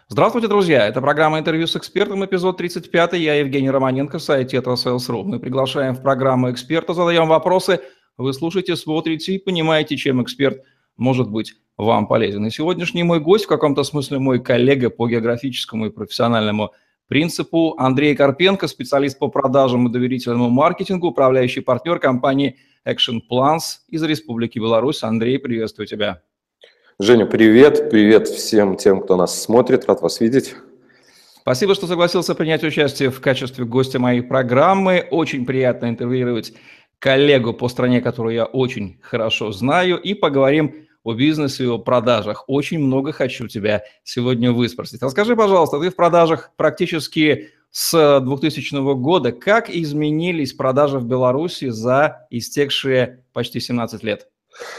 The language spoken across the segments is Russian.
Здравствуйте, друзья! Это программа «Интервью с экспертом», эпизод 35. Я Евгений Романенко, сайт «Тетрасейлс.ру». Мы приглашаем в программу эксперта, задаем вопросы. Вы слушаете, смотрите и понимаете, чем эксперт может быть вам полезен. И сегодняшний мой гость, в каком-то смысле мой коллега по географическому и профессиональному принципу, Андрей Карпенко, специалист по продажам и доверительному маркетингу, управляющий партнер компании Action Plans из Республики Беларусь. Андрей, приветствую тебя. Женя, привет. Привет всем тем, кто нас смотрит. Рад вас видеть. Спасибо, что согласился принять участие в качестве гостя моей программы. Очень приятно интервьюировать коллегу по стране, которую я очень хорошо знаю, и поговорим о бизнесе и о продажах. Очень много хочу тебя сегодня выспросить. Расскажи, пожалуйста, ты в продажах практически с 2000 года. Как изменились продажи в Беларуси за истекшие почти 17 лет?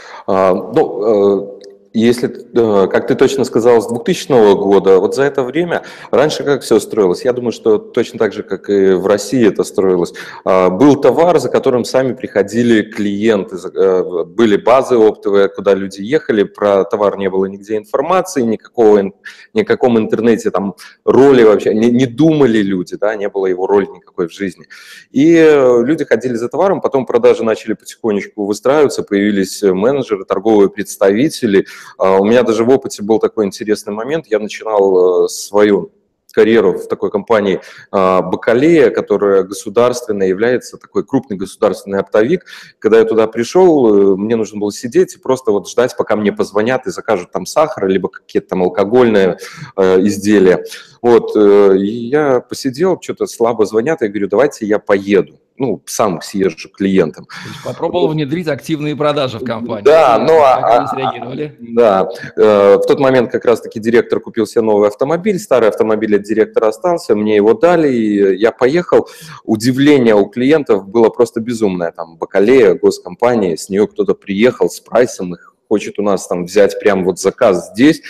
Если, как ты точно сказал, с 2000 года, вот за это время, раньше как все строилось? Я думаю, что точно так же, как и в России это строилось. Был товар, за которым сами приходили клиенты, были базы оптовые, куда люди ехали, про товар не было нигде информации, никаком интернете, там роли вообще, не думали люди, да, не было его роли никакой в жизни. И люди ходили за товаром, потом продажи начали потихонечку выстраиваться, появились менеджеры, торговые представители. У меня даже в опыте был такой интересный момент. Я начинал свою карьеру в такой компании «Бакалея», которая государственная, является такой крупный государственный оптовик. Когда я туда пришел, мне нужно было сидеть и просто вот ждать, пока мне позвонят и закажут там сахар, либо какие-то там алкогольные изделия. Вот, и я посидел, что-то слабо звонят, я говорю, давайте я поеду. Сам съезжу к клиентам. То есть попробовал внедрить активные продажи в компанию. Да, как они среагировали? Да, в тот момент как раз-таки директор купил себе новый автомобиль, старый автомобиль от директора остался, мне его дали, и я поехал. Удивление у клиентов было просто безумное. Там Бакалея, госкомпания, с нее кто-то приехал с прайсом, их хочет у нас там взять прям вот заказ здесь.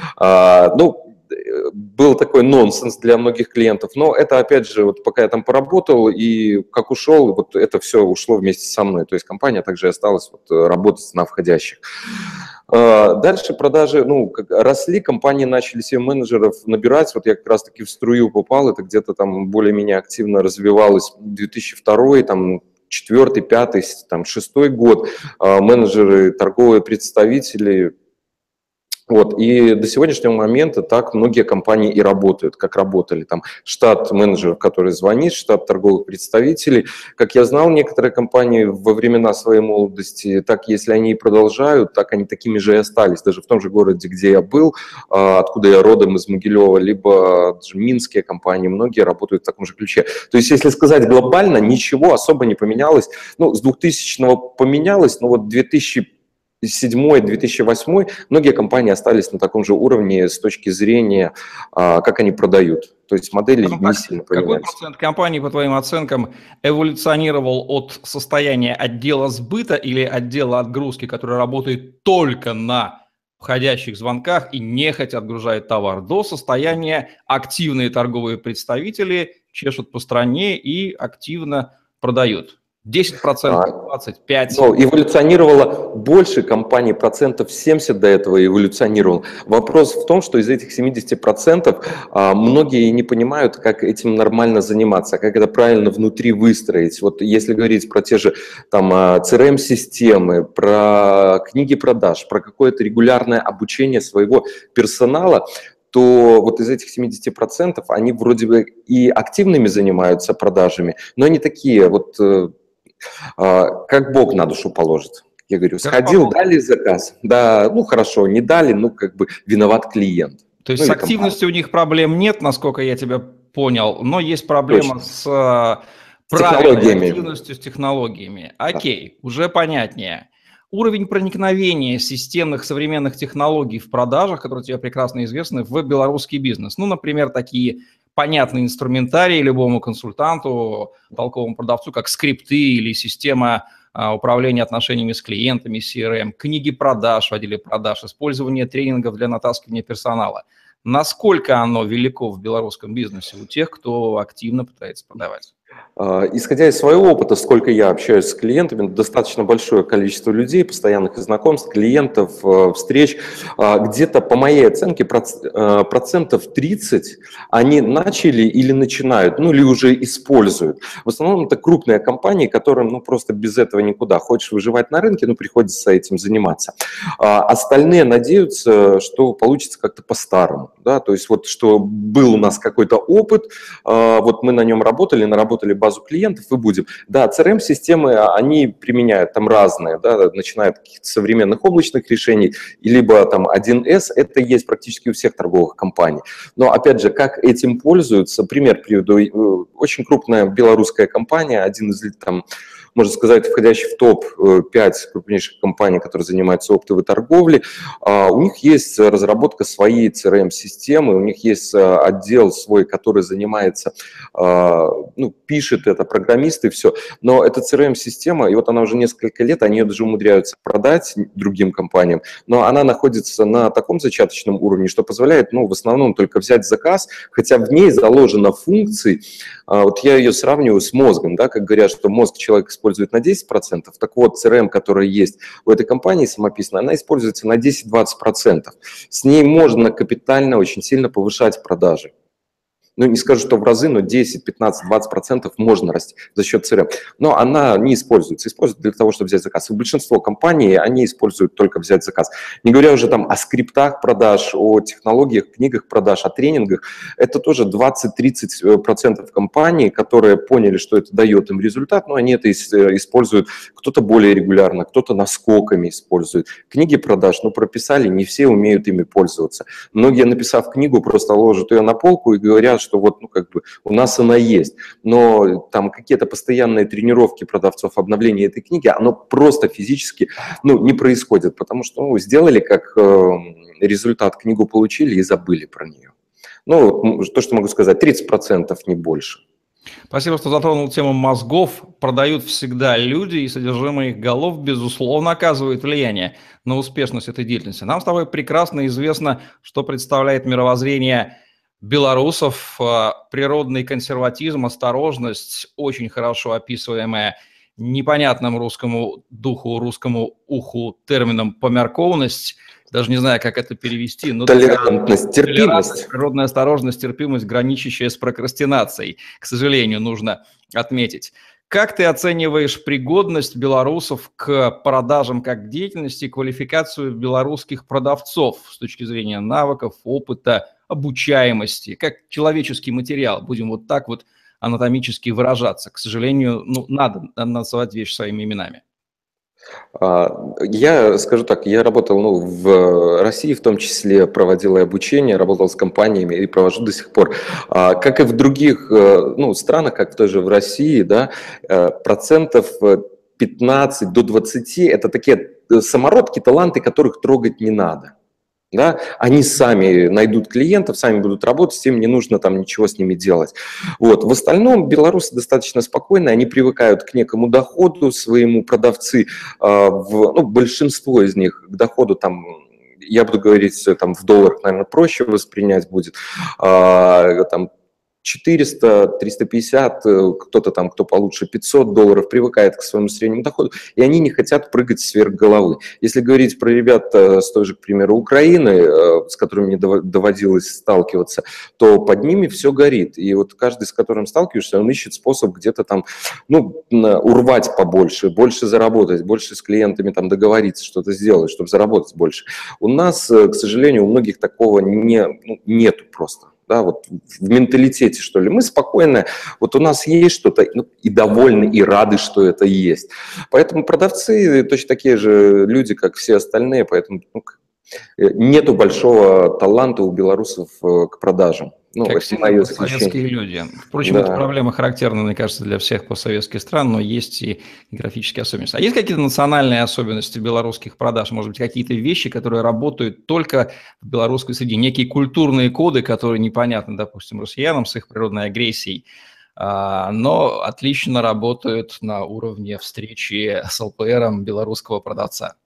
Был такой нонсенс для многих клиентов, но это, опять же, вот пока я там поработал и как ушел, вот это все ушло вместе со мной, то есть компания также осталась работать на входящих. Дальше продажи, росли, компании начали себе менеджеров набирать, вот я как раз-таки в струю попал, это где-то там более-менее активно развивалось 2002, там, 4-й, 5-й, там, 6-й год, менеджеры, торговые представители. Вот, и до сегодняшнего момента так многие компании и работают, как работали. Там штат менеджеров, который звонит, штат торговых представителей. Как я знал, некоторые компании во времена своей молодости, так если они и продолжают, так они такими же и остались. Даже в том же городе, где я был, откуда я родом, из Могилева, либо даже минские компании, многие работают в таком же ключе. То есть, если сказать глобально, ничего особо не поменялось. С 2000-го поменялось, но вот 2007-2008 многие компании остались на таком же уровне с точки зрения, как они продают. То есть модели не сильно поменялись. Какой процент компаний, по твоим оценкам, эволюционировал от состояния отдела сбыта или отдела отгрузки, который работает только на входящих звонках и нехотя отгружает товар, до состояния активные торговые представители чешут по стране и активно продают? 10%, 25%. Эволюционировало больше компаний, 70% до этого эволюционировало. Вопрос в том, что из этих 70% многие не понимают, как этим нормально заниматься, как это правильно внутри выстроить. Вот если говорить про те же там CRM-системы, про книги продаж, про какое-то регулярное обучение своего персонала, то вот из этих 70% они вроде бы и активными занимаются продажами, но они такие вот... как Бог на душу положит. Я говорю, сходил, дали заказ, да, хорошо, не дали, виноват клиент. То есть с активностью у них проблем нет, насколько я тебя понял, но есть проблема с правильной активностью, с технологиями. Окей, уже понятнее. Уровень проникновения системных современных технологий в продажах, которые тебе прекрасно известны, в белорусский бизнес. Например, такие понятный инструментарий любому консультанту, толковому продавцу, как скрипты или система управления отношениями с клиентами, CRM, книги продаж в отделе продаж, использование тренингов для натаскивания персонала. Насколько оно велико в белорусском бизнесе у тех, кто активно пытается продавать? Исходя из своего опыта, сколько я общаюсь с клиентами, достаточно большое количество людей, постоянных знакомств, клиентов, встреч, где-то, по моей оценке, процентов 30 они начали или начинают, ну или уже используют. В основном это крупные компании, которым ну, просто без этого никуда. Хочешь выживать на рынке, ну приходится этим заниматься. Остальные надеются, что получится как-то по-старому. Да? То есть вот что был у нас какой-то опыт, вот мы на нем работали, наработали базу клиентов и будем. Да, CRM-системы, они применяют там разные, да, начиная от каких-то современных облачных решений, либо там 1С, это есть практически у всех торговых компаний. Но, опять же, как этим пользуются, пример приведу. Очень крупная белорусская компания, один из там, можно сказать, входящий в топ-5 крупнейших компаний, которые занимаются оптовой торговлей, у них есть разработка своей CRM-системы, у них есть отдел свой, который занимается, ну, пишет это, программисты, все. Но эта CRM-система, и вот она уже несколько лет, они ее даже умудряются продать другим компаниям, но она находится на таком зачаточном уровне, что позволяет, ну, в основном только взять заказ, хотя в ней заложена функция. Вот я ее сравниваю с мозгом, да, как говорят, что мозг человек использует на 10%, так вот CRM, которая есть у этой компании самописная, она используется на 10-20%. С ней можно капитально очень сильно повышать продажи. Ну, не скажу, что в разы, но 10, 15, 20% можно расти за счет CRM. Но она не используется. Используется для того, чтобы взять заказ. И большинство компаний, они используют только взять заказ. Не говоря уже там о скриптах продаж, о технологиях, книгах продаж, о тренингах. Это тоже 20-30% компаний, которые поняли, что это дает им результат, но они это используют. Кто-то более регулярно, кто-то наскоками использует. Книги продаж, ну, прописали, не все умеют ими пользоваться. Многие, написав книгу, просто ложат ее на полку и говорят, что вот, ну, как бы у нас она есть, но там какие-то постоянные тренировки продавцов, обновление этой книги, оно просто физически, ну, не происходит, потому что, ну, сделали как результат, книгу получили и забыли про нее. Ну, то, что могу сказать, 30%, не больше. Спасибо, что затронул тему мозгов. Продают всегда люди, и содержимое их голов, безусловно, оказывает влияние на успешность этой деятельности. Нам с тобой прекрасно известно, что представляет мировоззрение белорусов, природный консерватизм, осторожность, очень хорошо описываемая непонятным русскому духу, русскому уху термином «помяркованность». Даже не знаю, как это перевести. Но толерантность, терпимость. Природная осторожность, терпимость, граничащая с прокрастинацией, к сожалению, нужно отметить. Как ты оцениваешь пригодность белорусов к продажам как деятельности, квалификацию белорусских продавцов с точки зрения навыков, опыта, обучаемости, как человеческий материал, будем вот так вот анатомически выражаться? К сожалению, ну, надо называть вещи своими именами. Я скажу так, я работал, ну, в России, в том числе проводил и обучение, работал с компаниями и провожу до сих пор. Как и в других, ну, странах, как тоже в России, да, процентов 15 до 20 – это такие самородки, таланты, которых трогать не надо. Да, они сами найдут клиентов, сами будут работать, им не нужно там ничего с ними делать. Вот. В остальном белорусы достаточно спокойны, они привыкают к некому доходу своему, продавцы, ну, большинство из них к доходу там, я буду говорить, там в долларах, наверное, проще воспринять будет, там 400, 350, кто-то там, кто получше $500, привыкает к своему среднему доходу, и они не хотят прыгать сверх головы. Если говорить про ребят с той же, к примеру, Украины, с которыми мне доводилось сталкиваться, то под ними все горит. И вот каждый, с которым сталкиваешься, он ищет способ где-то там, ну, урвать побольше, больше заработать, больше с клиентами там договориться, что-то сделать, чтобы заработать больше. У нас, к сожалению, у многих такого нету просто. Да, вот в менталитете, что ли. Мы спокойно, вот у нас есть что-то, ну, и довольны, и рады, что это есть. Поэтому продавцы точно такие же люди, как все остальные, поэтому нету большого таланта у белорусов к продажам. Ну, как все постсоветские люди. Впрочем, да. Эта проблема характерна, мне кажется, для всех постсоветских стран, но есть и географические особенности. А есть какие-то национальные особенности белорусских продаж? Может быть, какие-то вещи, которые работают только в белорусской среде? Некие культурные коды, которые непонятны, допустим, россиянам с их природной агрессией, но отлично работают на уровне встречи с ЛПРом белорусского продавца.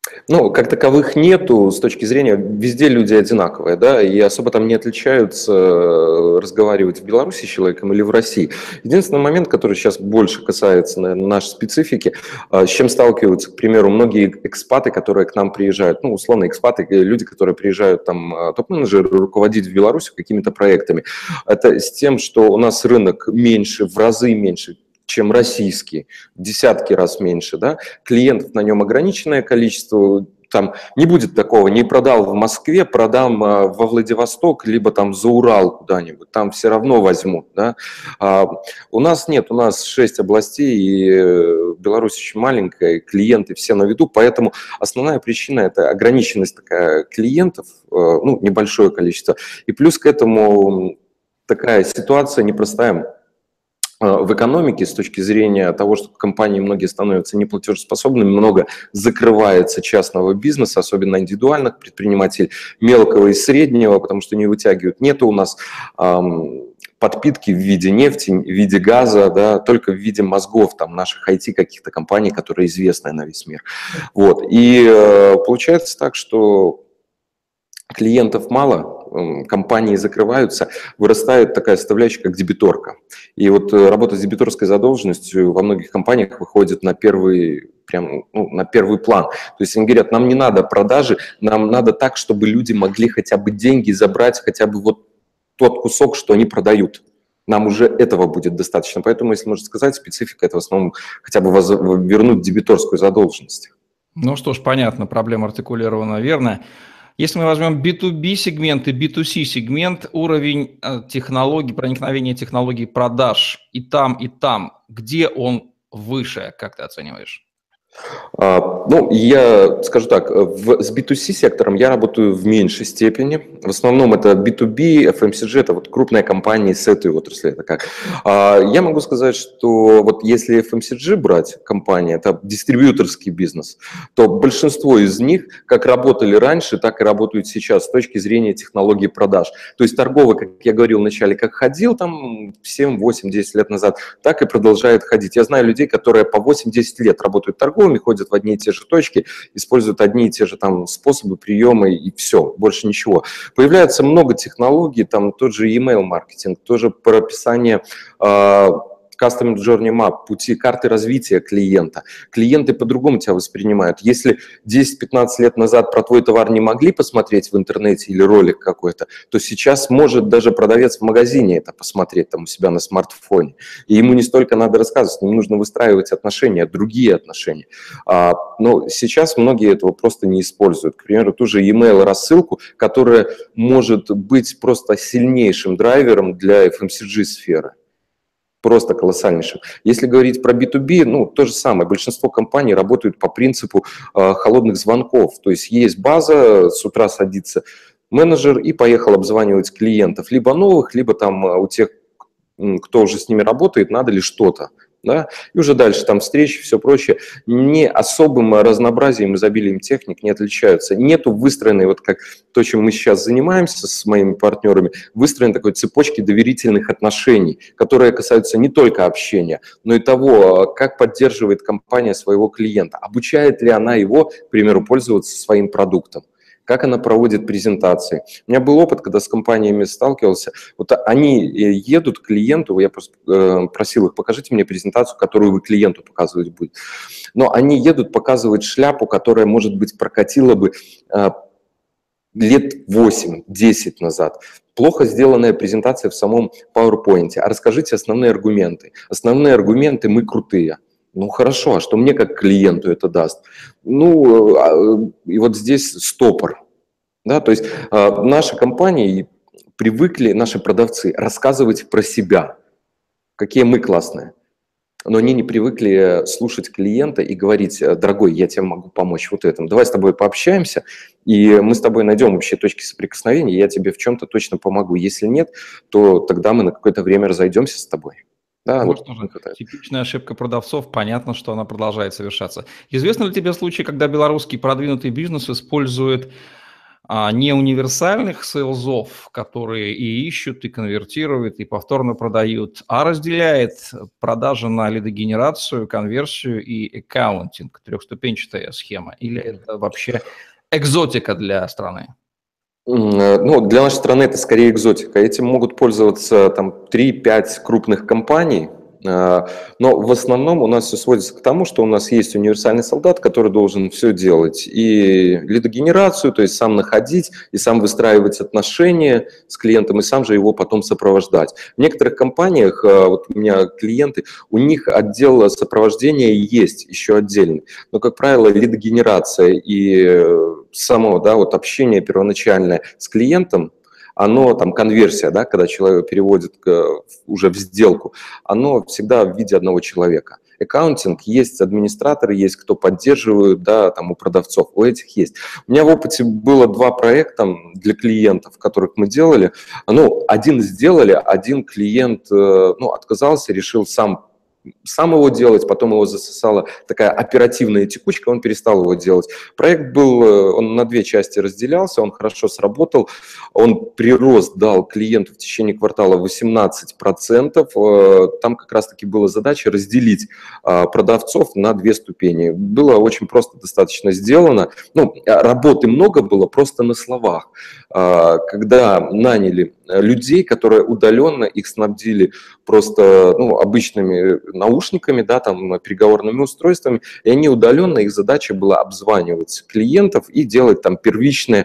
Ну, как таковых нету, с точки зрения, везде люди одинаковые, да, и особо там не отличаются разговаривать в Беларуси с человеком или в России. Единственный момент, который сейчас больше касается, наверное, нашей специфики, с чем сталкиваются, к примеру, многие экспаты, которые к нам приезжают, ну, условно, экспаты, люди, которые приезжают там, топ-менеджеры, руководить в Беларуси какими-то проектами, это с тем, что у нас рынок меньше, в разы меньше, чем российский, в десятки раз меньше, да, клиентов на нем ограниченное количество, там не будет такого, не продал в Москве, продам во Владивосток, либо там за Урал куда-нибудь, там все равно возьмут, да. У нас нет, у нас 6 областей, и Беларусь очень маленькая, клиенты все на виду, поэтому основная причина – это ограниченность такая клиентов, ну, небольшое количество, и плюс к этому такая ситуация непростая в экономике с точки зрения того, что компании многие становятся неплатежеспособными, много закрывается частного бизнеса, особенно индивидуальных предпринимателей, мелкого и среднего, потому что не вытягивают. Нету у нас подпитки в виде нефти, в виде газа, да, только в виде мозгов там, наших IT каких-то компаний, которые известны на весь мир. Вот. И получается так, что клиентов мало, компании закрываются, вырастает такая составляющая, как дебиторка. И вот работа с дебиторской задолженностью во многих компаниях выходит на первый, прям, ну, на первый план. То есть они говорят, нам не надо продажи, нам надо так, чтобы люди могли хотя бы деньги забрать, хотя бы вот тот кусок, что они продают. Нам уже этого будет достаточно. Поэтому, если можно сказать, специфика – это в основном хотя бы вернуть дебиторскую задолженность. Ну что ж, понятно, проблема артикулирована верно. Если мы возьмем B2B сегмент и B2C сегмент, уровень технологий, проникновения технологий продаж и там, где он выше, как ты оцениваешь? Ну, я скажу так, с B2C сектором я работаю в меньшей степени. В основном это B2B, FMCG, это вот крупные компании с этой отрасли. Это как. Я могу сказать, что вот если FMCG брать компании, это дистрибьюторский бизнес, то большинство из них как работали раньше, так и работают сейчас с точки зрения технологии продаж. То есть торговый, как я говорил вначале, как ходил там 7, 8, 10 лет назад, так и продолжает ходить. Я знаю людей, которые по 8-10 лет работают торговыми, ходят в одни и те же точки, используют одни и те же там способы, приемы и все, больше ничего. Появляется много технологий, там тот же email маркетинг, тоже прописание Customer Journey Map, пути, карты развития клиента. Клиенты по-другому тебя воспринимают. Если 10-15 лет назад про твой товар не могли посмотреть в интернете или ролик какой-то, то сейчас может даже продавец в магазине это посмотреть там у себя на смартфоне. И ему не столько надо рассказывать, с ним нужно выстраивать отношения, другие отношения. Но сейчас многие этого просто не используют. К примеру, ту же email-рассылку, которая может быть просто сильнейшим драйвером для FMCG-сферы. Просто колоссальнейшим. Если говорить про B2B, ну, то же самое. Большинство компаний работают по принципу холодных звонков. То есть есть база, с утра садится менеджер и поехал обзванивать клиентов. Либо новых, либо там у тех, кто уже с ними работает, надо ли что-то. Да? И уже дальше там встречи, все прочее, не особым разнообразием, изобилием техник не отличаются. Нету выстроенной, вот как то, чем мы сейчас занимаемся с моими партнерами, выстроенной такой цепочки доверительных отношений, которые касаются не только общения, но и того, как поддерживает компания своего клиента, обучает ли она его, к примеру, пользоваться своим продуктом. Как она проводит презентации. У меня был опыт, когда с компаниями сталкивался, вот они едут к клиенту, я просто просил их, покажите мне презентацию, которую вы клиенту показывать будете. Но они едут показывать шляпу, которая, может быть, прокатила бы лет 8-10 назад. Плохо сделанная презентация в самом PowerPoint. А расскажите основные аргументы. Основные аргументы «мы крутые». Ну хорошо, а что мне как клиенту это даст? Ну, и вот здесь стопор. Да, то есть наши компании привыкли, наши продавцы, рассказывать про себя, какие мы классные. Но они не привыкли слушать клиента и говорить: дорогой, я тебе могу помочь вот этим. Давай с тобой пообщаемся, и мы с тобой найдем общие точки соприкосновения, и я тебе в чем-то точно помогу. Если нет, то тогда мы на какое-то время разойдемся с тобой. Да, вот типичная ошибка продавцов, понятно, что она продолжает совершаться. Известно ли тебе случаи, когда белорусский продвинутый бизнес использует не универсальных сейлзов, которые и ищут, и конвертируют, и повторно продают, а разделяет продажи на лидогенерацию, конверсию и аккаунтинг, трехступенчатая схема? Или это вообще экзотика для страны? Ну, для нашей страны это скорее экзотика. Этим могут пользоваться там 3-5 крупных компаний, но в основном у нас все сводится к тому, что у нас есть универсальный солдат, который должен все делать. И лидогенерацию, то есть сам находить, и сам выстраивать отношения с клиентом, и сам же его потом сопровождать. В некоторых компаниях, вот у меня клиенты, у них отдел сопровождения есть еще отдельный. Но, как правило, лидогенерация и само, да, вот общение первоначальное с клиентом, оно, там, конверсия, да, когда человек переводит уже в сделку, оно всегда в виде одного человека. Аккаунтинг есть, администраторы есть, кто поддерживает, да, там у продавцов, у этих есть. У меня в опыте было 2 проекта для клиентов, которых мы делали. Ну, один сделали, один клиент, ну, отказался, решил сам его делать, потом его засосала такая оперативная текучка, он перестал его делать. Проект был, он на 2 части разделялся, он хорошо сработал, он прирост дал клиенту в течение квартала 18%, там как раз-таки была задача разделить продавцов на 2 ступени. Было очень просто достаточно сделано, ну, работы много было просто на словах. Когда наняли людей, которые удаленно их снабдили просто, ну, обычными наушниками, да, там, переговорными устройствами, и они удаленно, их задача была обзванивать клиентов и делать там первичные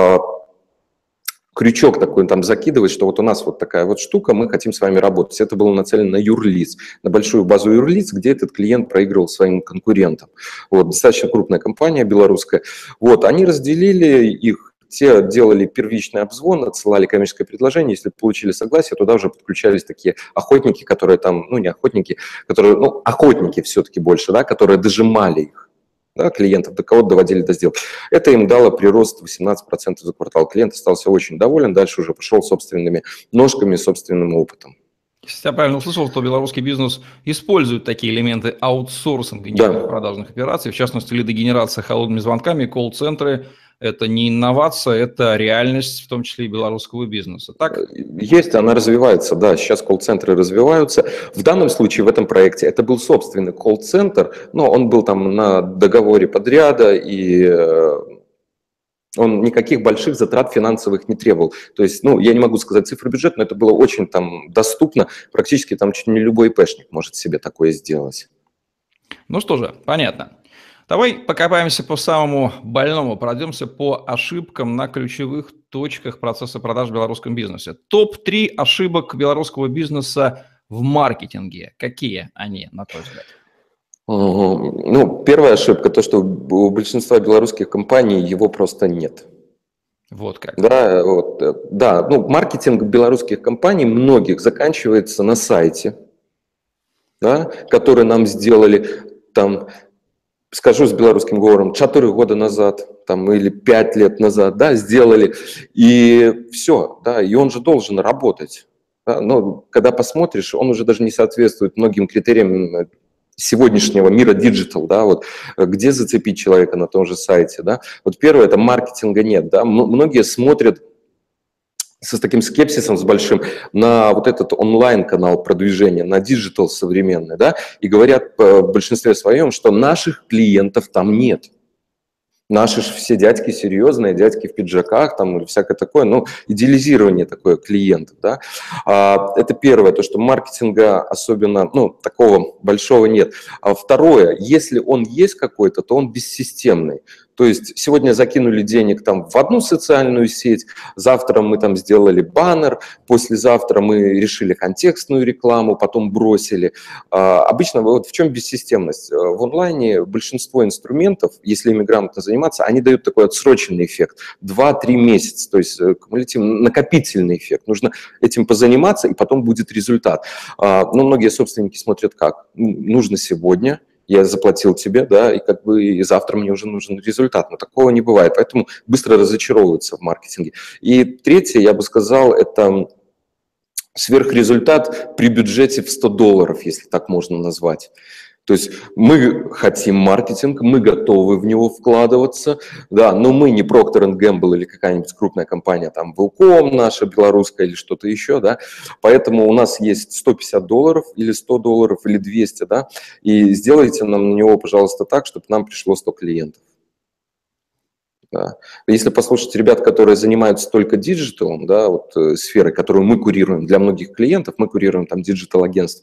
крючок такой там закидывать, что вот у нас вот такая вот штука, мы хотим с вами работать. Это было нацелено на юрлиц, на большую базу юрлиц, где этот клиент проигрывал своим конкурентам. Вот, достаточно крупная компания белорусская. Вот, они разделили их, те делали первичный обзвон, отсылали коммерческое предложение, если получили согласие, туда уже подключались такие охотники, которые там, ну не охотники, которые, ну охотники все-таки больше, да, которые дожимали их. Да, клиентов, до кого-то доводили до сделки. Это им дало прирост 18% за квартал. Клиент остался очень доволен, дальше уже пошел собственными ножками, собственным опытом. Если я правильно услышал, то белорусский бизнес использует такие элементы аутсорсинга некоторых продажных операций, в частности, лидогенерация холодными звонками, колл-центры. Это не инновация, это реальность, в том числе и белорусского бизнеса. Так? Есть, она развивается, да, сейчас колл-центры развиваются. В данном случае, в этом проекте, это был собственный колл-центр, но он был там на договоре подряда, и он никаких больших затрат финансовых не требовал. То есть, ну, я не могу сказать цифры бюджета, но это было очень там доступно, практически там чуть не любой ИПшник может себе такое сделать. Ну что же, понятно. Давай покопаемся по самому больному, пройдемся по ошибкам на ключевых точках процесса продаж в белорусском бизнесе. Топ-3 ошибок белорусского бизнеса в маркетинге. Какие они, на твой взгляд? Ну, первая ошибка, то, что у большинства белорусских компаний его просто нет. Вот как. Да, вот, да, ну, маркетинг белорусских компаний многих заканчивается на сайте, да, который нам сделали там, скажу с белорусским говором, 4 года назад там, или 5 лет назад, да, сделали, и все, да, и он же должен работать. Да, но когда посмотришь, он уже даже не соответствует многим критериям сегодняшнего мира диджитал, да, вот где зацепить человека на том же сайте, да. Вот первое, это маркетинга нет, да, многие смотрят с таким скепсисом, с большим, на вот этот онлайн-канал продвижения, на диджитал современный, да, и говорят в большинстве своем, что наших клиентов там нет. Наши же все дядьки серьезные, дядьки в пиджаках, там, или всякое такое, ну, идеализирование такое клиентов, да. Это первое, то, что маркетинга особенно, ну, такого большого нет. А второе, если он есть какой-то, то он бессистемный. То есть сегодня закинули денег там в одну социальную сеть, завтра мы там сделали баннер, послезавтра мы решили контекстную рекламу, потом бросили. Обычно вот в чем бессистемность? В онлайне большинство инструментов, если ими грамотно заниматься, они дают такой отсроченный эффект. 2-3 месяца, то есть накопительный эффект. Нужно этим позаниматься, и потом будет результат. Но многие собственники смотрят как? Нужно сегодня, я заплатил тебе, да, и как бы и завтра мне уже нужен результат. Но такого не бывает, поэтому быстро разочаровываются в маркетинге. И третье, я бы сказал, это сверхрезультат при бюджете в $100, если так можно назвать. То есть мы хотим маркетинг, мы готовы в него вкладываться, да, но мы не Procter & Gamble или какая-нибудь крупная компания, там, Welcome наша белорусская или что-то еще, да, поэтому у нас есть $150 или $100 или 200, да, и сделайте нам на него, пожалуйста, так, чтобы нам пришло 100 клиентов. Да. Если послушать ребят, которые занимаются только диджиталом, да, вот, сферой, которую мы курируем для многих клиентов, мы курируем там диджитал-агентств,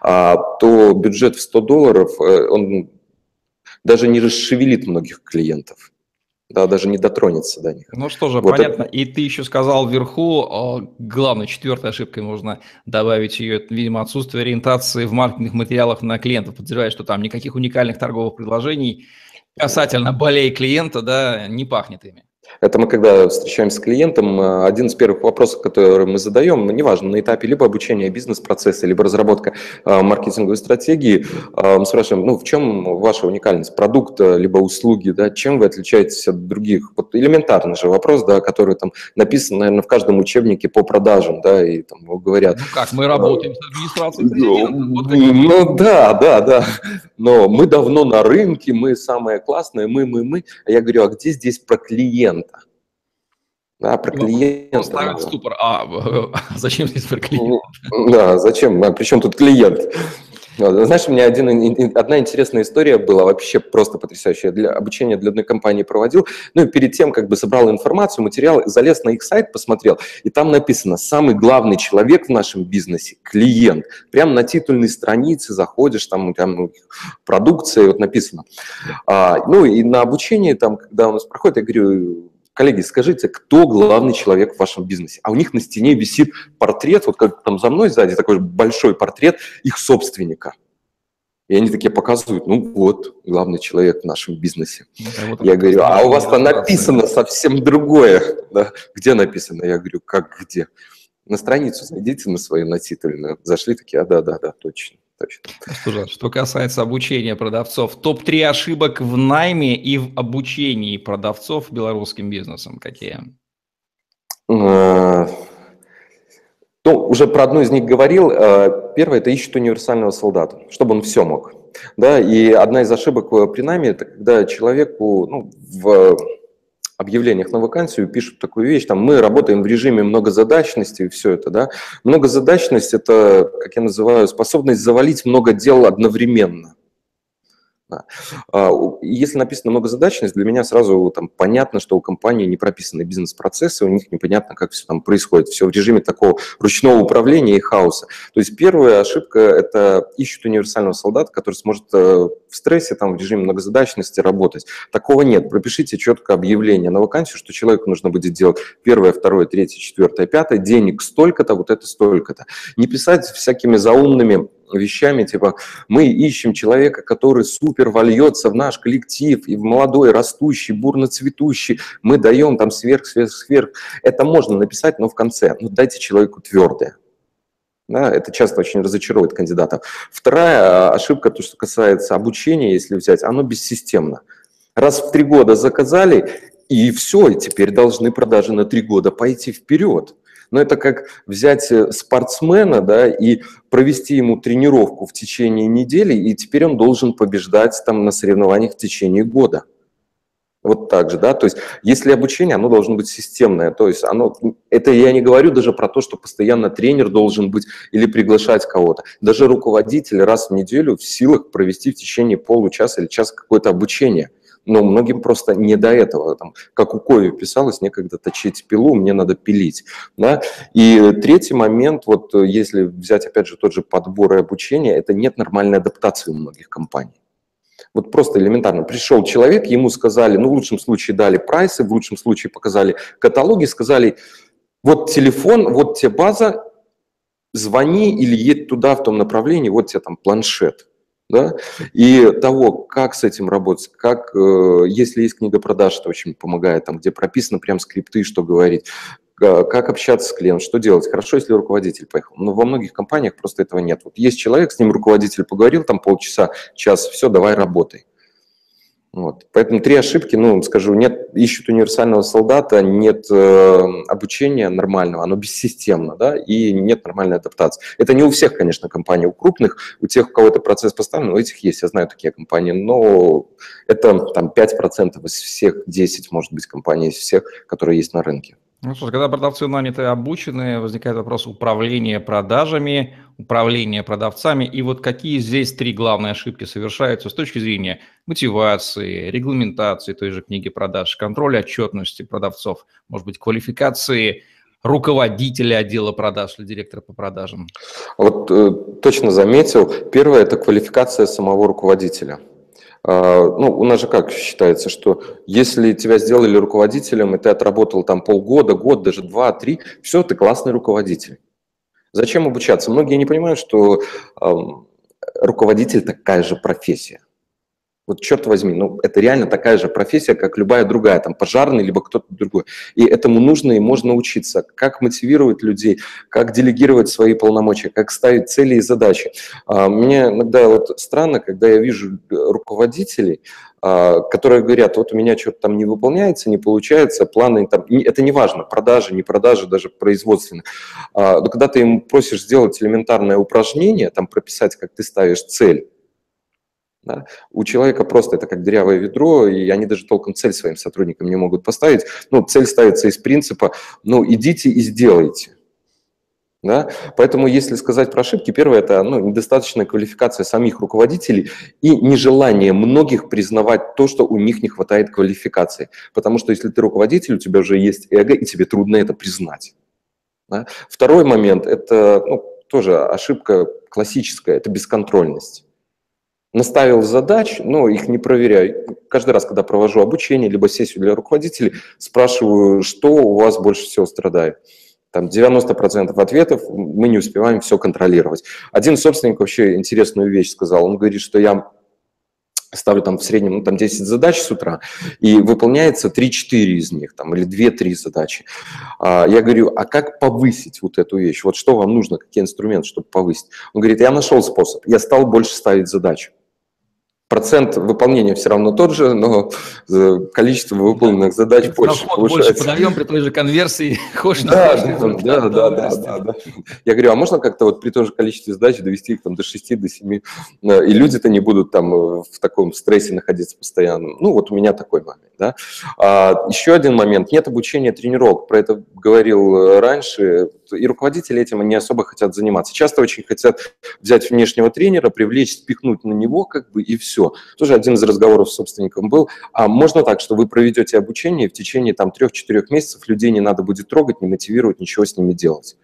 то бюджет в $100, он даже не расшевелит многих клиентов, да, даже не дотронется до них. Ну что же, вот понятно. И ты еще сказал вверху, главной, четвертой ошибкой можно добавить ее, видимо, отсутствие ориентации в маркетинговых материалах на клиентов. Подозреваю, что там никаких уникальных торговых предложений касательно болей клиента, да, не пахнет ими. Это мы, когда встречаемся с клиентом, один из первых вопросов, который мы задаем, неважно, на этапе либо обучения бизнес-процесса, либо разработка маркетинговой стратегии, мы спрашиваем, ну, в чем ваша уникальность продукта, либо услуги, да, чем вы отличаетесь от других? Вот элементарный же вопрос, да, который там написан, наверное, в каждом учебнике по продажам, да, и там говорят. Ну как, мы работаем с администрацией президента. Ну да, но мы давно на рынке, мы самые классные, мы. А я говорю, а где здесь про клиента? Да, про клиента. Ставят ступор. Зачем здесь про клиента? Да, зачем? Причем тут клиент? Знаешь, у меня одна интересная история была, вообще просто потрясающая. Обучение для одной компании проводил. Ну и перед тем, как бы собрал информацию, материал, залез на их сайт, посмотрел. И там написано, самый главный человек в нашем бизнесе – клиент. Прямо на титульной странице заходишь, там продукция, вот написано. Ну и на обучении, там, когда у нас проходит, я говорю, коллеги, скажите, кто главный человек в вашем бизнесе? А у них на стене висит портрет, вот как там за мной сзади, такой большой портрет их собственника. И они такие показывают, ну вот, главный человек в нашем бизнесе. Вот я говорю, а у вас там написано совсем другое. Да? Где написано? Я говорю, как где? На страницу зайдите на свою носительную. Зашли такие, да, точно. Что касается обучения продавцов, топ-3 ошибок в найме и в обучении продавцов белорусским бизнесом какие? Ну, уже про одну из них говорил. Первое – это ищут универсального солдата, чтобы он все мог. Да? И одна из ошибок при найме – это когда человеку в объявлениях на вакансию пишут такую вещь, там, мы работаем в режиме многозадачности и все это, да. Многозадачность – это, как я называю, способность завалить много дел одновременно. Да. Если написано многозадачность, для меня сразу там понятно, что у компании не прописаны бизнес-процессы, у них непонятно, как все там происходит, все в режиме такого ручного управления и хаоса. То есть первая ошибка – это ищут универсального солдата, который сможет в стрессе, там, в режиме многозадачности работать. Такого нет. Пропишите четко объявление на вакансию, что человеку нужно будет делать первое, второе, третье, четвертое, пятое, денег столько-то, вот это столько-то. Не писать всякими заумными вещами, типа мы ищем человека, который супер вольется в наш коллектив, и в молодой, растущий, бурно цветущий, мы даем там сверх. Это можно написать, но в конце. Дайте человеку твердое. Да, это часто очень разочаровывает кандидатов. Вторая ошибка, то, что касается обучения, если взять, оно бессистемно. Раз в 3 года заказали, и все, и теперь должны продажи на 3 года пойти вперед. Но это как взять спортсмена, да, и провести ему тренировку в течение недели, и теперь он должен побеждать там на соревнованиях в течение года. Вот так же, да, то есть если обучение, оно должно быть системное, то есть это я не говорю даже про то, что постоянно тренер должен быть или приглашать кого-то. Даже руководитель раз в неделю в силах провести в течение получаса или часа какое-то обучение. Но многим просто не до этого. Там, как у Кови писалось, некогда точить пилу, мне надо пилить. Да? И третий момент, вот если взять опять же тот же подбор и обучение, это нет нормальной адаптации у многих компаний. Вот просто элементарно. Пришел человек, ему сказали, в лучшем случае дали прайсы, в лучшем случае показали каталоги, сказали, вот телефон, вот тебе база, звони или едь туда в том направлении, вот тебе там планшет. Да? И того, как с этим работать, если есть книга продаж, это очень помогает, там, где прописано прям скрипты, что говорить, как общаться с клиентом, что делать. Хорошо, если руководитель поехал, но во многих компаниях просто этого нет. Вот есть человек, с ним руководитель поговорил, там полчаса, час, все, давай работай. Вот. Поэтому 3 ошибки, скажу, нет ищут универсального солдата, нет обучения нормального, оно бессистемно, да, и нет нормальной адаптации. Это не у всех, конечно, компаний, у крупных, у тех, у кого это процесс поставлен, у этих есть, я знаю такие компании, но это там 5% из всех, 10, может быть, компаний из всех, которые есть на рынке. Ну, слушай, когда продавцы наняты и обучены, возникает вопрос управления продажами, управления продавцами. И вот какие здесь 3 главные ошибки совершаются с точки зрения мотивации, регламентации той же книги продаж, контроля отчетности продавцов, может быть, квалификации руководителя отдела продаж или директора по продажам? Вот точно заметил. Первое – это квалификация самого руководителя. Ну, у нас же как считается, что если тебя сделали руководителем, и ты отработал там полгода, год, даже 2-3, все, ты классный руководитель. Зачем обучаться? Многие не понимают, что руководитель такая же профессия. Вот черт возьми, ну это реально такая же профессия, как любая другая, там пожарный, либо кто-то другой. И этому нужно и можно учиться, как мотивировать людей, как делегировать свои полномочия, как ставить цели и задачи. Мне иногда вот странно, когда я вижу руководителей, которые говорят, вот у меня что-то там не выполняется, не получается, планы там, это не важно, продажи, не продажи, даже производственные. Но когда ты им просишь сделать элементарное упражнение, там прописать, как ты ставишь цель, да? У человека просто это как дырявое ведро, и они даже толком цель своим сотрудникам не могут поставить. Ну, цель ставится из принципа, ну, идите и сделайте. Да? Поэтому, если сказать про ошибки, первое – это недостаточная квалификация самих руководителей и нежелание многих признавать то, что у них не хватает квалификации. Потому что если ты руководитель, у тебя уже есть эго, и тебе трудно это признать. Да? Второй момент – это тоже ошибка классическая – это бесконтрольность. Наставил задач, но их не проверяю. Каждый раз, когда провожу обучение, либо сессию для руководителей, спрашиваю, что у вас больше всего страдает. Там 90% ответов мы не успеваем все контролировать. Один собственник вообще интересную вещь сказал. Он говорит, что я ставлю там в среднем 10 задач с утра, и выполняется 3-4 из них, там, или 2-3 задачи. Я говорю, а как повысить вот эту вещь? Вот что вам нужно, какие инструменты, чтобы повысить? Он говорит, я нашел способ, я стал больше ставить задачи. Процент выполнения все равно тот же, но количество выполненных задач больше повышается. Больше подаем при той же конверсии. Да. Я говорю, а можно как-то вот при том же количестве задач довести их там до 6, до 7, и люди-то не будут там в таком стрессе находиться постоянно. Ну, вот у меня такой момент. Да? Еще один момент. Нет обучения тренировок. Про это говорил раньше. И руководители этим не особо хотят заниматься. Часто очень хотят взять внешнего тренера, привлечь, спихнуть на него как бы и все. Тоже один из разговоров с собственником был. А можно так, что вы проведете обучение, и в течение там 3-4 месяцев людей не надо будет трогать, не мотивировать, ничего с ними делать.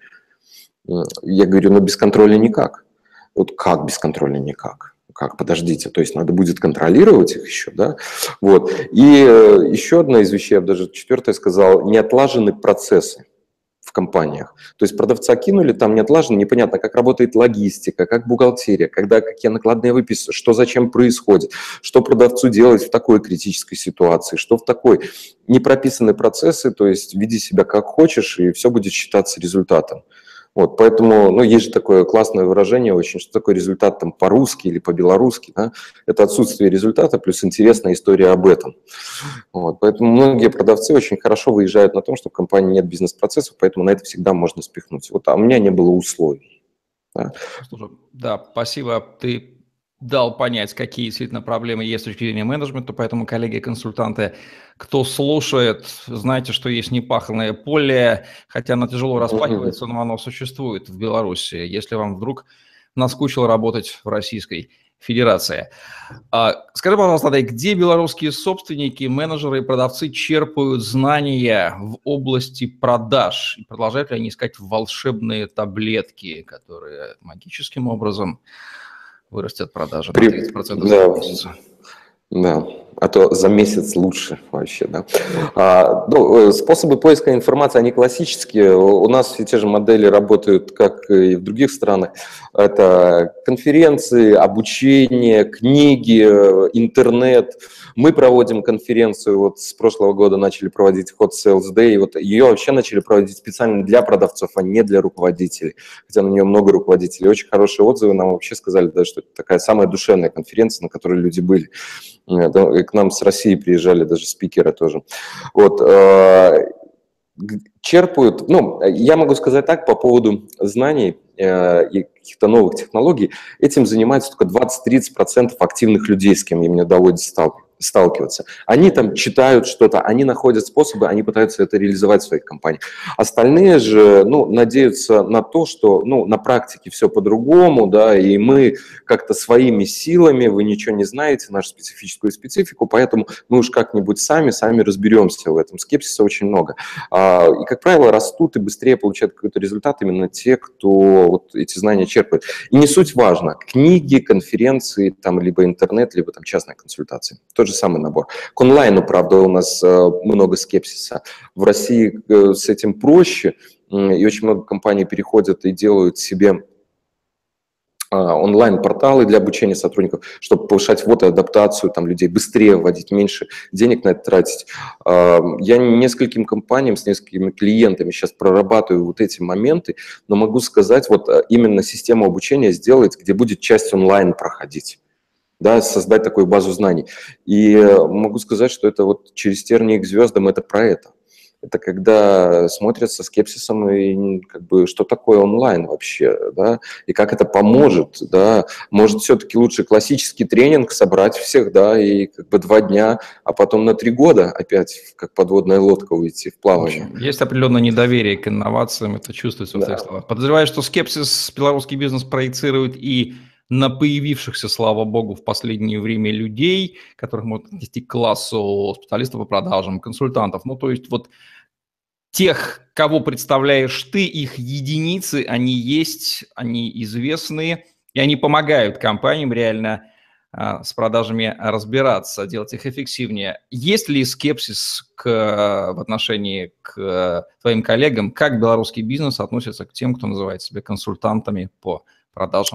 Я говорю, без контроля никак. Вот как без контроля никак? Как, подождите, то есть надо будет контролировать их еще, да? Вот. И еще одна из вещей, я бы даже четвертое сказал, неотлажены процессы в компаниях. То есть продавца кинули, там не отлажено, непонятно, как работает логистика, как бухгалтерия, когда какие накладные выписки, что зачем происходит, что продавцу делать в такой критической ситуации, что в такой. Не прописаны процессы, то есть веди себя как хочешь, и все будет считаться результатом. Вот, поэтому, есть же такое классное выражение очень, что такое результат там по-русски или по-белорусски, да? Это отсутствие результата плюс интересная история об этом. Вот, поэтому многие продавцы очень хорошо выезжают на том, что в компании нет бизнес-процессов, поэтому на это всегда можно спихнуть. Вот, а у меня не было условий. Да, да, спасибо. Ты дал понять, какие действительно проблемы есть с точки зрения менеджмента, поэтому, коллеги-консультанты, кто слушает, знайте, что есть непаханное поле, хотя оно тяжело распахивается, но оно существует в Беларуси, если вам вдруг наскучило работать в Российской Федерации. Скажи, пожалуйста, где белорусские собственники, менеджеры и продавцы черпают знания в области продаж? И продолжают ли они искать волшебные таблетки, которые магическим образом вырастет продажи на 30% за месяц? Да, а то за месяц лучше вообще, да. Способы поиска информации, они классические. У нас все те же модели работают, как и в других странах. Это конференции, обучение, книги, интернет. Мы проводим конференцию, вот с прошлого года начали проводить Hot Sales Day, вот ее вообще начали проводить специально для продавцов, а не для руководителей, хотя на нее много руководителей. Очень хорошие отзывы, нам вообще сказали, да, что это такая самая душевная конференция, на которой люди были. к нам с России приезжали даже спикеры тоже. Вот, черпают, ну, я могу сказать так по поводу знаний и каких-то новых технологий, этим занимаются только 20-30% активных людей, с кем мне доводится сталкиваться. Они там читают что-то, они находят способы, они пытаются это реализовать в своих компаниях. Остальные же, ну, надеются на то, что, ну, на практике все по-другому, да, и мы как-то своими силами, вы ничего не знаете, нашу специфическую специфику, поэтому мы уж как-нибудь сами разберемся в этом. Скепсиса очень много. И, как правило, растут и быстрее получают какой-то результат именно те, кто вот эти знания черпает. И не суть важно. Книги, конференции, там, либо интернет, либо там частные консультации. Тот же самый набор. К онлайну, правда, у нас много скепсиса. В России с этим проще, и очень много компаний переходят и делают себе онлайн-порталы для обучения сотрудников, чтобы повышать вот адаптацию там, людей, быстрее вводить, меньше денег на это тратить. Я нескольким компаниям, с несколькими клиентами сейчас прорабатываю вот эти моменты, но могу сказать, вот именно систему обучения сделать, где будет часть онлайн проходить. Да, создать такую базу знаний. И могу сказать, что это вот через тернии к звездам, это про это. Это когда смотрят со скепсисом, и как бы, что такое онлайн вообще, да, и как это поможет, да. Может, все-таки лучше классический тренинг собрать всех, да, и как бы 2 дня, а потом на 3 года опять как подводная лодка уйти в плавание. Есть определенное недоверие к инновациям, это чувствуется в этих словах. Подозреваю, что скепсис белорусский бизнес проецирует и на появившихся, слава богу, в последнее время людей, которых можно отнести к классу специалистов по продажам, консультантов. Ну, то есть вот тех, кого представляешь ты, их единицы, они есть, они известны, и они помогают компаниям реально с продажами разбираться, делать их эффективнее. Есть ли скепсис в отношении к твоим коллегам? Как белорусский бизнес относится к тем, кто называет себя консультантами по продажам?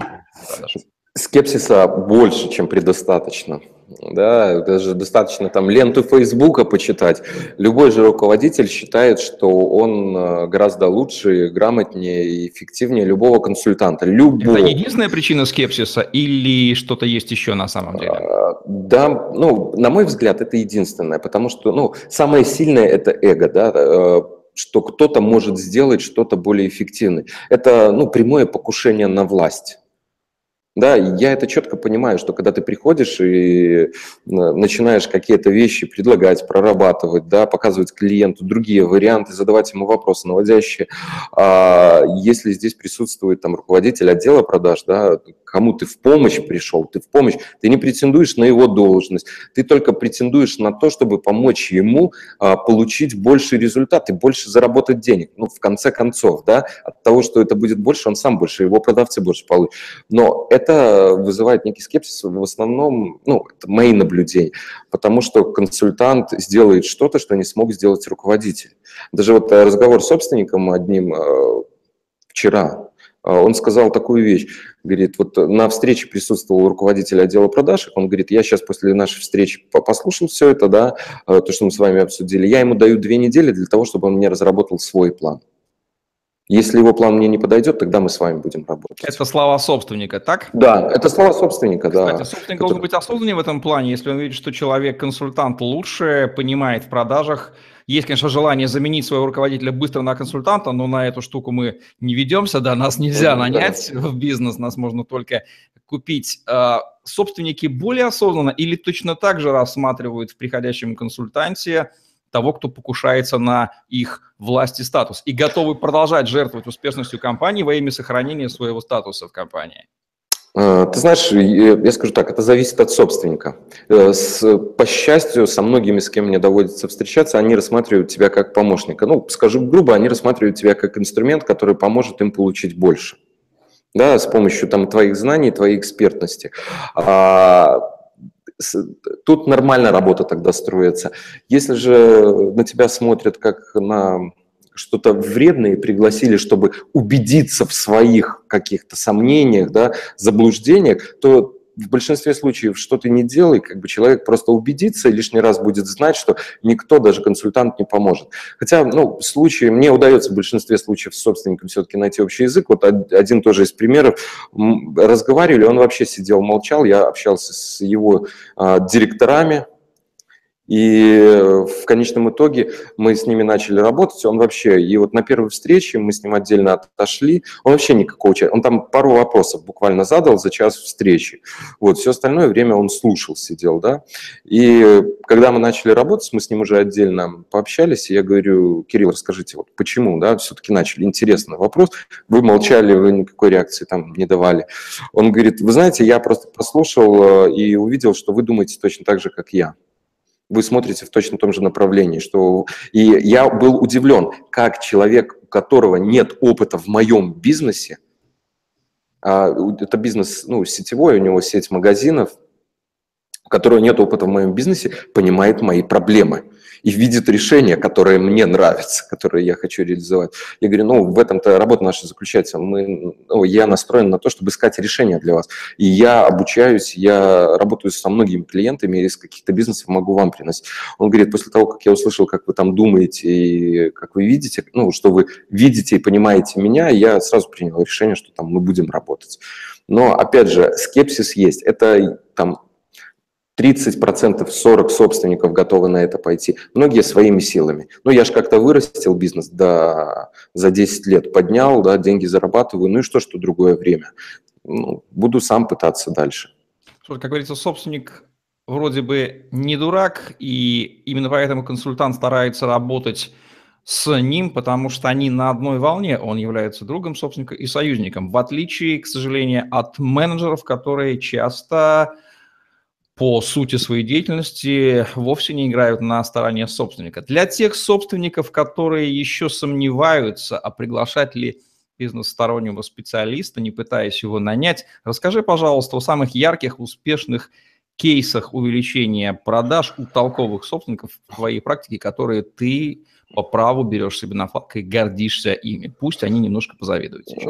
Скепсиса больше, чем предостаточно. Да, даже достаточно там ленту Фейсбука почитать. Любой же руководитель считает, что он гораздо лучше, грамотнее и эффективнее любого консультанта. Любого. Это единственная причина скепсиса или что-то есть еще на самом деле? Да, ну, на мой взгляд, это единственное, потому что, ну, самое сильное – это эго, да, что кто-то может сделать что-то более эффективное. Это, ну, прямое покушение на власть. Да, я это четко понимаю, что когда ты приходишь и начинаешь какие-то вещи предлагать, прорабатывать, да, показывать клиенту другие варианты, задавать ему вопросы наводящие, если здесь присутствует там руководитель отдела продаж, да, кому ты в помощь пришел, ты в помощь, ты не претендуешь на его должность, ты только претендуешь на то, чтобы помочь ему получить больший результат и больше заработать денег. Ну, в конце концов, да, от того, что это будет больше, он сам больше, его продавцы больше получат. Но это вызывает некий скепсис в основном, ну, это мои наблюдения, потому что консультант сделает что-то, что не смог сделать руководитель. Даже вот разговор с собственником одним вчера, он сказал такую вещь, говорит, вот на встрече присутствовал руководитель отдела продаж, он говорит, я сейчас после нашей встречи послушал все это, да, то, что мы с вами обсудили, я ему даю 2 недели для того, чтобы он мне разработал свой план. Если его план мне не подойдет, тогда мы с вами будем работать. Это слова собственника, так? Да, это слова собственника, да. Кстати, собственник должен быть осознаннее в этом плане, если он видит, что человек-консультант лучше понимает в продажах. Есть, конечно, желание заменить своего руководителя быстро на консультанта, но на эту штуку мы не ведемся, да, нас нельзя нанять в бизнес, нас можно только купить. Собственники более осознанно или точно так же рассматривают в приходящем консультанте того, кто покушается на их власть и статус, и готовы продолжать жертвовать успешностью компании во имя сохранения своего статуса в компании? Ты знаешь, я скажу так, это зависит от собственника. По счастью, со многими, с кем мне доводится встречаться, они рассматривают тебя как помощника. Ну, скажу грубо, они рассматривают тебя как инструмент, который поможет им получить больше. Да, с помощью там твоих знаний, твоей экспертности. Тут нормальная работа тогда строится. Если же на тебя смотрят как на что-то вредное и пригласили, чтобы убедиться в своих каких-то сомнениях, да, заблуждениях, то в большинстве случаев, что ты не делай, как бы человек просто убедится и лишний раз будет знать, что никто, даже консультант, не поможет. Хотя, ну, случаи, мне удается в большинстве случаев с собственником все-таки найти общий язык. Вот один тоже из примеров. Разговаривали, он вообще сидел, молчал, я общался с его директорами, И в конечном итоге мы с ними начали работать, он вообще, и вот на первой встрече мы с ним отдельно отошли, он вообще никакого участия, он там пару вопросов буквально задал за час встречи, вот, все остальное время он слушал, сидел, да, и когда мы начали работать, мы с ним уже отдельно пообщались, и я говорю: Кирилл, расскажите, вот почему, да, все-таки начали, интересный вопрос, вы молчали, вы никакой реакции там не давали. Он говорит: вы знаете, я просто послушал и увидел, что вы думаете точно так же, как я. Вы смотрите в точно том же направлении. И я был удивлен, как человек, у которого нет опыта в моем бизнесе, это бизнес, ну, сетевой, у него сеть магазинов, у которого нет опыта в моем бизнесе, понимает мои проблемы и видит решения, которые мне нравятся, которые я хочу реализовать. Я говорю: ну, в этом-то работа наша заключается. Я настроен на то, чтобы искать решения для вас. И я обучаюсь, я работаю со многими клиентами, из каких-то бизнесов могу вам приносить. Он говорит: после того, как я услышал, как вы там думаете и как вы видите, ну, что вы видите и понимаете меня, я сразу принял решение, что там мы будем работать. Но, опять же, скепсис есть. Это там 30%, 40% собственников готовы на это пойти, многие своими силами. Ну, я же как-то вырастил бизнес, да, за 10 лет поднял, да, деньги зарабатываю, ну и что другое время. Ну, буду сам пытаться дальше. Как говорится, собственник вроде бы не дурак, и именно поэтому консультант старается работать с ним, потому что они на одной волне, он является другом собственника и союзником, в отличие, к сожалению, от менеджеров, которые часто по сути своей деятельности вовсе не играют на стороне собственника. Для тех собственников, которые еще сомневаются, а приглашать ли бизнес-стороннего специалиста, не пытаясь его нанять, расскажи, пожалуйста, о самых ярких, успешных кейсах увеличения продаж у толковых собственников в твоей практике, которые ты по праву берешь себе на флаг и гордишься ими. Пусть они немножко позавидуют сейчас.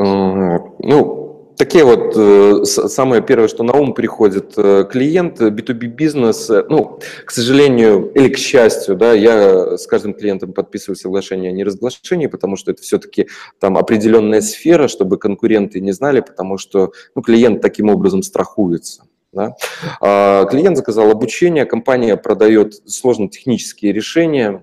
Ну, такие вот, самое первое, что на ум приходит, клиент, B2B бизнес, ну, к сожалению или к счастью, да, я с каждым клиентом подписываю соглашение о неразглашении, потому что это все-таки там определенная сфера, чтобы конкуренты не знали, потому что, ну, клиент таким образом страхуется. Да? Клиент заказал обучение, компания продает сложно-технические решения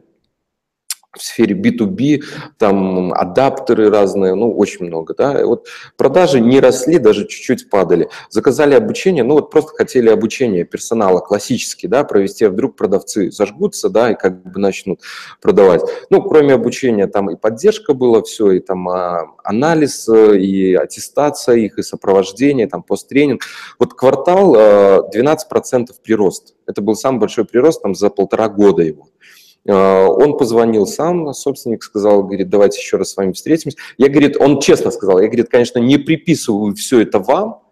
в сфере B2B, там адаптеры разные, ну, очень много, да, и вот продажи не росли, даже чуть-чуть падали. Заказали обучение, ну, вот просто хотели обучение персонала классически, да, провести, а вдруг продавцы зажгутся, да, и как бы начнут продавать. Ну, кроме обучения, там и поддержка была, все, и там анализ, и аттестация их, и сопровождение, там посттренинг. Вот квартал 12% прирост. Это был самый большой прирост там за 1,5 года его. Он позвонил сам, собственник сказал, говорит: давайте еще раз с вами встретимся. Я, говорит, он честно сказал, я, говорит, конечно, не приписываю все это вам,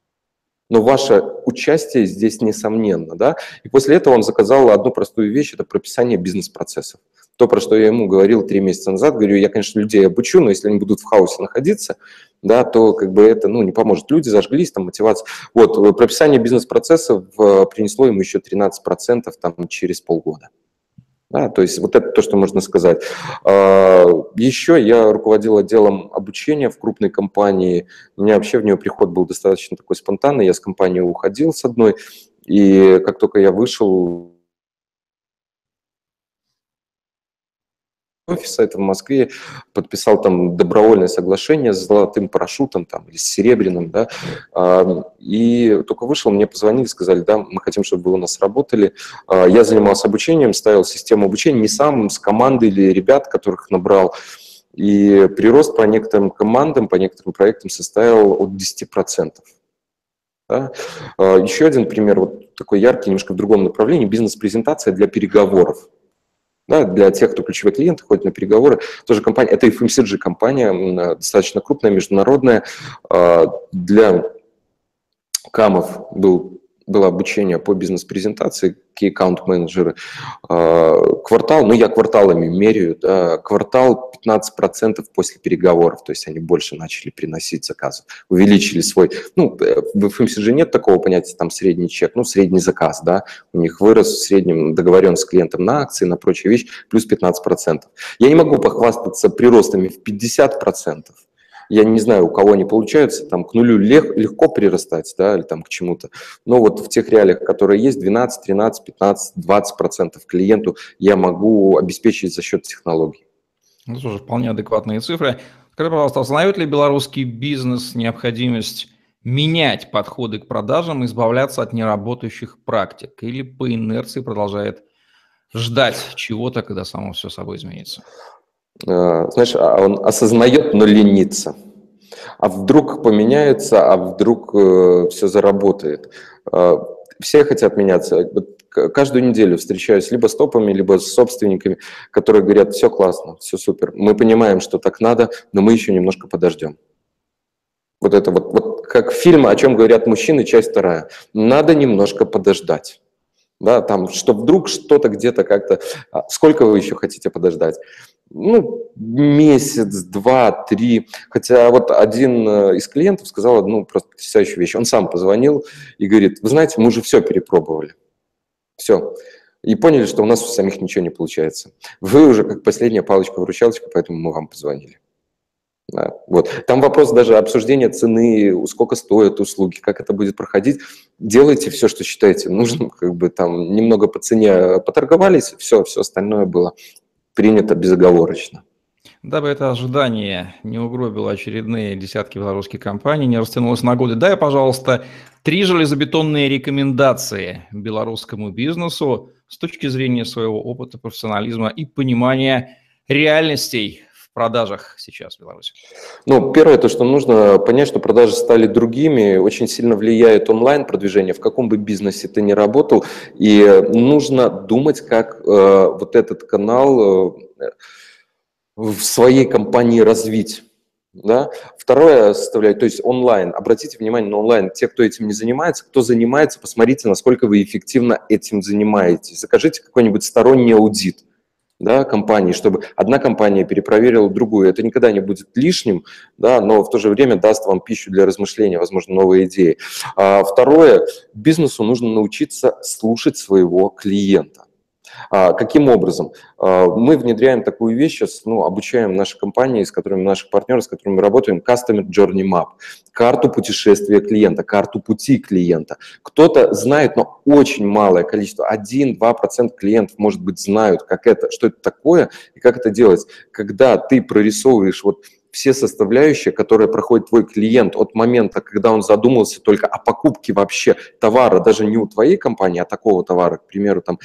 но ваше участие здесь несомненно, да. И после этого он заказал одну простую вещь, это прописание бизнес-процессов. То, про что я ему говорил 3 месяца назад, говорю: я, конечно, людей обучу, но если они будут в хаосе находиться, да, то как бы это, ну, не поможет. Люди зажглись, там, мотивация. Вот, прописание бизнес-процессов принесло ему еще 13% там через полгода. Да, то есть вот это то, что можно сказать. Еще я руководил отделом обучения в крупной компании. У меня вообще в нее приход был достаточно такой спонтанный. Я с компании уходил с одной, и как только я вышел офиса, это в Москве, подписал там добровольное соглашение с золотым парашютом там, или с серебряным, да, и только вышел, мне позвонили, сказали: да, мы хотим, чтобы вы у нас работали. Я занимался обучением, ставил систему обучения не сам, с командой или ребят, которых набрал, и прирост по некоторым командам, по некоторым проектам составил от 10%. Да? Еще один пример, вот такой яркий, немножко в другом направлении, бизнес-презентация для переговоров. Да, для тех, кто ключевые клиенты, ходит на переговоры, тоже компания, это FMCG-компания, достаточно крупная, международная. Для КАМов было обучение по бизнес-презентации, key account менеджеры. Квартал, ну я кварталами меряю, да, квартал 15% после переговоров, то есть они больше начали приносить заказы, увеличили свой, ну в FMCG нет такого понятия, там средний чек, ну средний заказ, да, у них вырос в среднем договоренность с клиентом на акции, на прочие вещи, плюс 15%. Я не могу похвастаться приростами в 50%, Я не знаю, у кого они получаются, там к нулю легко прирастать, да, или там к чему-то. Но вот в тех реалиях, которые есть, 12, 13, 15, 20% клиенту я могу обеспечить за счет технологий. Ну, тоже вполне адекватные цифры. Скажи, пожалуйста, осознает ли белорусский бизнес необходимость менять подходы к продажам, избавляться от неработающих практик, или по инерции продолжает ждать чего-то, когда само все собой изменится? Знаешь, он осознает, но ленится. А вдруг поменяется, а вдруг все заработает. Все хотят меняться. Каждую неделю встречаюсь либо с топами, либо с собственниками, которые говорят, все классно, все супер. Мы понимаем, что так надо, но мы еще немножко подождем. Вот это вот как фильм «О чем говорят мужчины», часть 2. Надо немножко подождать. Да, там, что вдруг что-то где-то как-то... Сколько вы еще хотите подождать? Ну, месяц, 2, 3. Хотя вот один из клиентов сказал одну просто потрясающую вещь. Он сам позвонил и говорит, вы знаете, мы уже все перепробовали. Все. И поняли, что у нас у самих ничего не получается. Вы уже как последняя палочка-выручалочка, поэтому мы вам позвонили. Да, вот. Там вопрос даже обсуждения цены, сколько стоят услуги, как это будет проходить. Делайте все, что считаете нужным, как бы там немного по цене поторговались, все остальное было принято безоговорочно. Дабы это ожидание не угробило очередные десятки белорусских компаний, не растянулось на годы, дай, пожалуйста, 3 железобетонные рекомендации белорусскому бизнесу с точки зрения своего опыта, профессионализма и понимания реальностей в продажах сейчас в Беларуси. Ну, первое, то, что нужно понять, что продажи стали другими, очень сильно влияет онлайн-продвижение, в каком бы бизнесе ты ни работал, и нужно думать, как вот этот канал в своей компании развить. Да? Второе составляет, то есть онлайн. Обратите внимание на онлайн. Те, кто этим не занимается, кто занимается, посмотрите, насколько вы эффективно этим занимаетесь. Закажите какой-нибудь сторонний аудит, да, компании, чтобы одна компания перепроверила другую. Это никогда не будет лишним, да, но в то же время даст вам пищу для размышления, возможно, новые идеи. Второе, бизнесу нужно научиться слушать своего клиента. Каким образом? Мы внедряем такую вещь сейчас, обучаем наши компании, наших партнеров, с которыми мы работаем, Customer Journey Map, карту путешествия клиента, карту пути клиента. Кто-то знает, но очень малое количество, 1-2% клиентов, может быть, знают, что это такое и как это делать. Когда ты прорисовываешь все составляющие, которые проходит твой клиент от момента, когда он задумался только о покупке вообще товара, даже не у твоей компании, а такого товара, к примеру, там,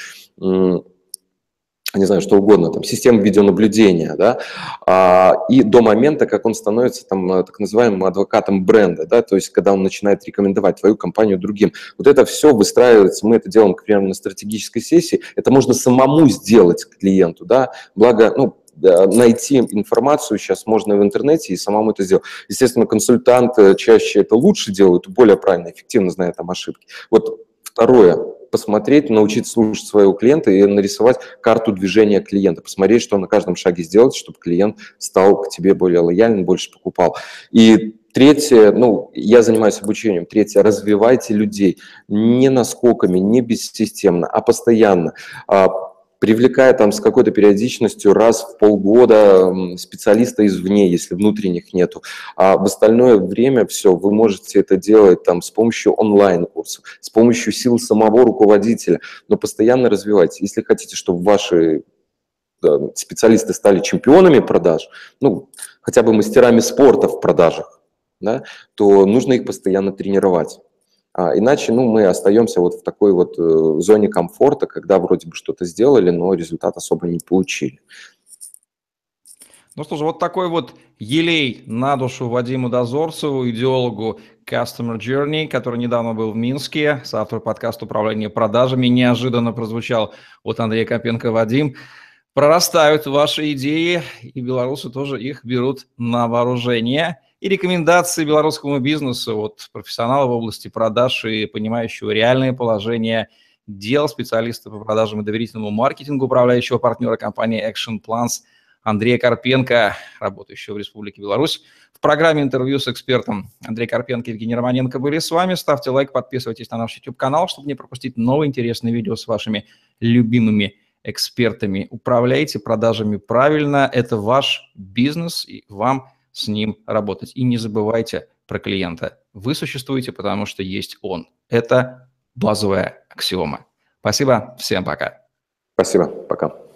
не знаю, что угодно, там, система видеонаблюдения, да, и до момента, как он становится там так называемым адвокатом бренда, да, то есть когда он начинает рекомендовать твою компанию другим. Вот это все выстраивается, мы это делаем, к примеру, на стратегической сессии, это можно самому сделать клиенту, да, благо, найти информацию сейчас можно в интернете и самому это сделать. Естественно, консультант чаще это лучше делает, более правильно, эффективно знает там ошибки. Вот второе, посмотреть, научиться слушать своего клиента и нарисовать карту движения клиента, посмотреть, что на каждом шаге сделать, чтобы клиент стал к тебе более лояльным, больше покупал. И третье, я занимаюсь обучением. Третье, развивайте людей не наскоками, не бессистемно, а постоянно. Привлекая там с какой-то периодичностью раз в полгода специалиста извне, если внутренних нету. А в остальное время все, вы можете это делать там с помощью онлайн-курсов, с помощью сил самого руководителя, но постоянно развивайте. Если хотите, чтобы ваши специалисты стали чемпионами продаж, хотя бы мастерами спорта в продажах, да, то нужно их постоянно тренировать. Иначе мы остаемся в такой зоне комфорта, когда вроде бы что-то сделали, но результат особо не получили. Ну что же, такой елей на душу Вадиму Дозорцеву, идеологу Customer Journey, который недавно был в Минске, соавтор подкаста «Управление продажами». Неожиданно прозвучал Андрей Карпенко. Вадим, прорастают ваши идеи, и белорусы тоже их берут на вооружение. И рекомендации белорусскому бизнесу от профессионала в области продаж и понимающего реальное положение дел, специалиста по продажам и доверительному маркетингу, управляющего партнера компании Action Plans Андрея Карпенко, работающего в Республике Беларусь. В программе интервью с экспертом Андрей Карпенко и Евгений Романенко были с вами. Ставьте лайк, подписывайтесь на наш YouTube-канал, чтобы не пропустить новые интересные видео с вашими любимыми экспертами. Управляйте продажами правильно. Это ваш бизнес, и вам с ним работать. И не забывайте про клиента. Вы существуете, потому что есть он. Это базовая аксиома. Спасибо, всем пока. Спасибо, пока.